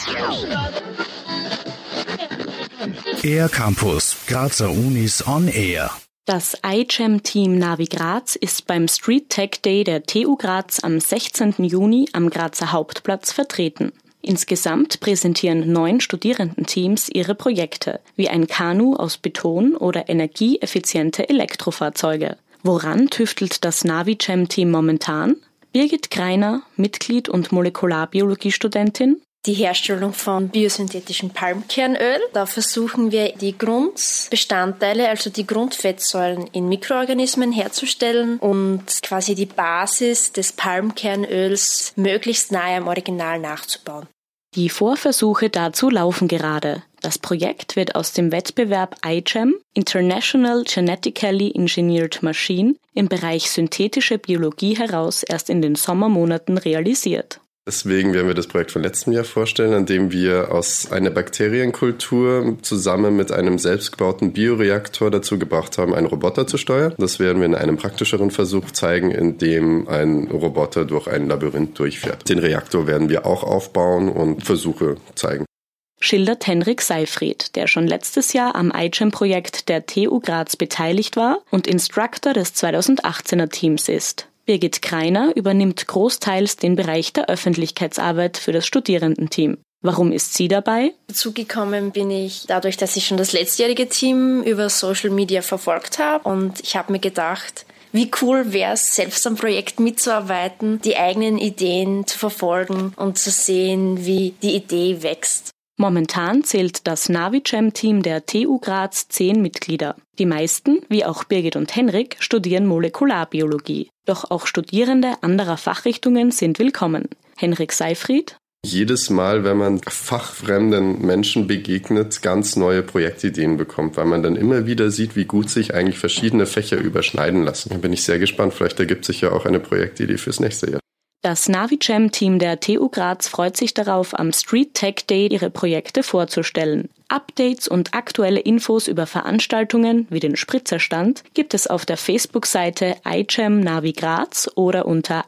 Air Campus, Grazer Unis on Air. Das iGEM-Team Navi Graz ist beim Street Tech Day der TU Graz am 16. Juni am Grazer Hauptplatz vertreten. Insgesamt präsentieren 9 Studierendenteams ihre Projekte, wie ein Kanu aus Beton oder energieeffiziente Elektrofahrzeuge. Woran tüftelt das Navi-Gem-Team momentan? Birgit Greiner, Mitglied und Molekularbiologiestudentin. Die Herstellung von biosynthetischem Palmkernöl. Da versuchen wir die Grundbestandteile, also die Grundfettsäuren in Mikroorganismen herzustellen und quasi die Basis des Palmkernöls möglichst nahe am Original nachzubauen. Die Vorversuche dazu laufen gerade. Das Projekt wird aus dem Wettbewerb iGEM, International Genetically Engineered Machine, im Bereich synthetische Biologie heraus erst in den Sommermonaten realisiert. Deswegen werden wir das Projekt von letztem Jahr vorstellen, an dem wir aus einer Bakterienkultur zusammen mit einem selbstgebauten Bioreaktor dazu gebracht haben, einen Roboter zu steuern. Das werden wir in einem praktischeren Versuch zeigen, in dem ein Roboter durch ein Labyrinth durchfährt. Den Reaktor werden wir auch aufbauen und Versuche zeigen. Schildert Henrik Seifried, der schon letztes Jahr am iGEM-Projekt der TU Graz beteiligt war und Instructor des 2018er Teams ist. Birgit Greiner übernimmt großteils den Bereich der Öffentlichkeitsarbeit für das Studierendenteam. Warum ist sie dabei? Dazugekommen bin ich dadurch, dass ich schon das letztjährige Team über Social Media verfolgt habe. Und ich habe mir gedacht, wie cool wäre es, selbst am Projekt mitzuarbeiten, die eigenen Ideen zu verfolgen und zu sehen, wie die Idee wächst. Momentan zählt das Navi-Gem-Team der TU Graz 10 Mitglieder. Die meisten, wie auch Birgit und Henrik, studieren Molekularbiologie. Doch auch Studierende anderer Fachrichtungen sind willkommen. Henrik Seifried: Jedes Mal, wenn man fachfremden Menschen begegnet, ganz neue Projektideen bekommt, weil man dann immer wieder sieht, wie gut sich eigentlich verschiedene Fächer überschneiden lassen. Da bin ich sehr gespannt. Vielleicht ergibt sich ja auch eine Projektidee fürs nächste Jahr. Das Navi-Gem-Team der TU Graz freut sich darauf, am Street Tech Day ihre Projekte vorzustellen. Updates und aktuelle Infos über Veranstaltungen wie den Spritzerstand gibt es auf der Facebook-Seite iGEM Navi Graz oder unter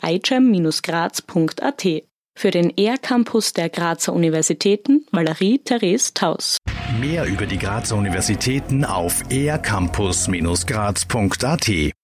igem-graz.at. Für den Air Campus der Grazer Universitäten Valerie-Therese Taus. Mehr über die Grazer Universitäten auf aircampus-graz.at.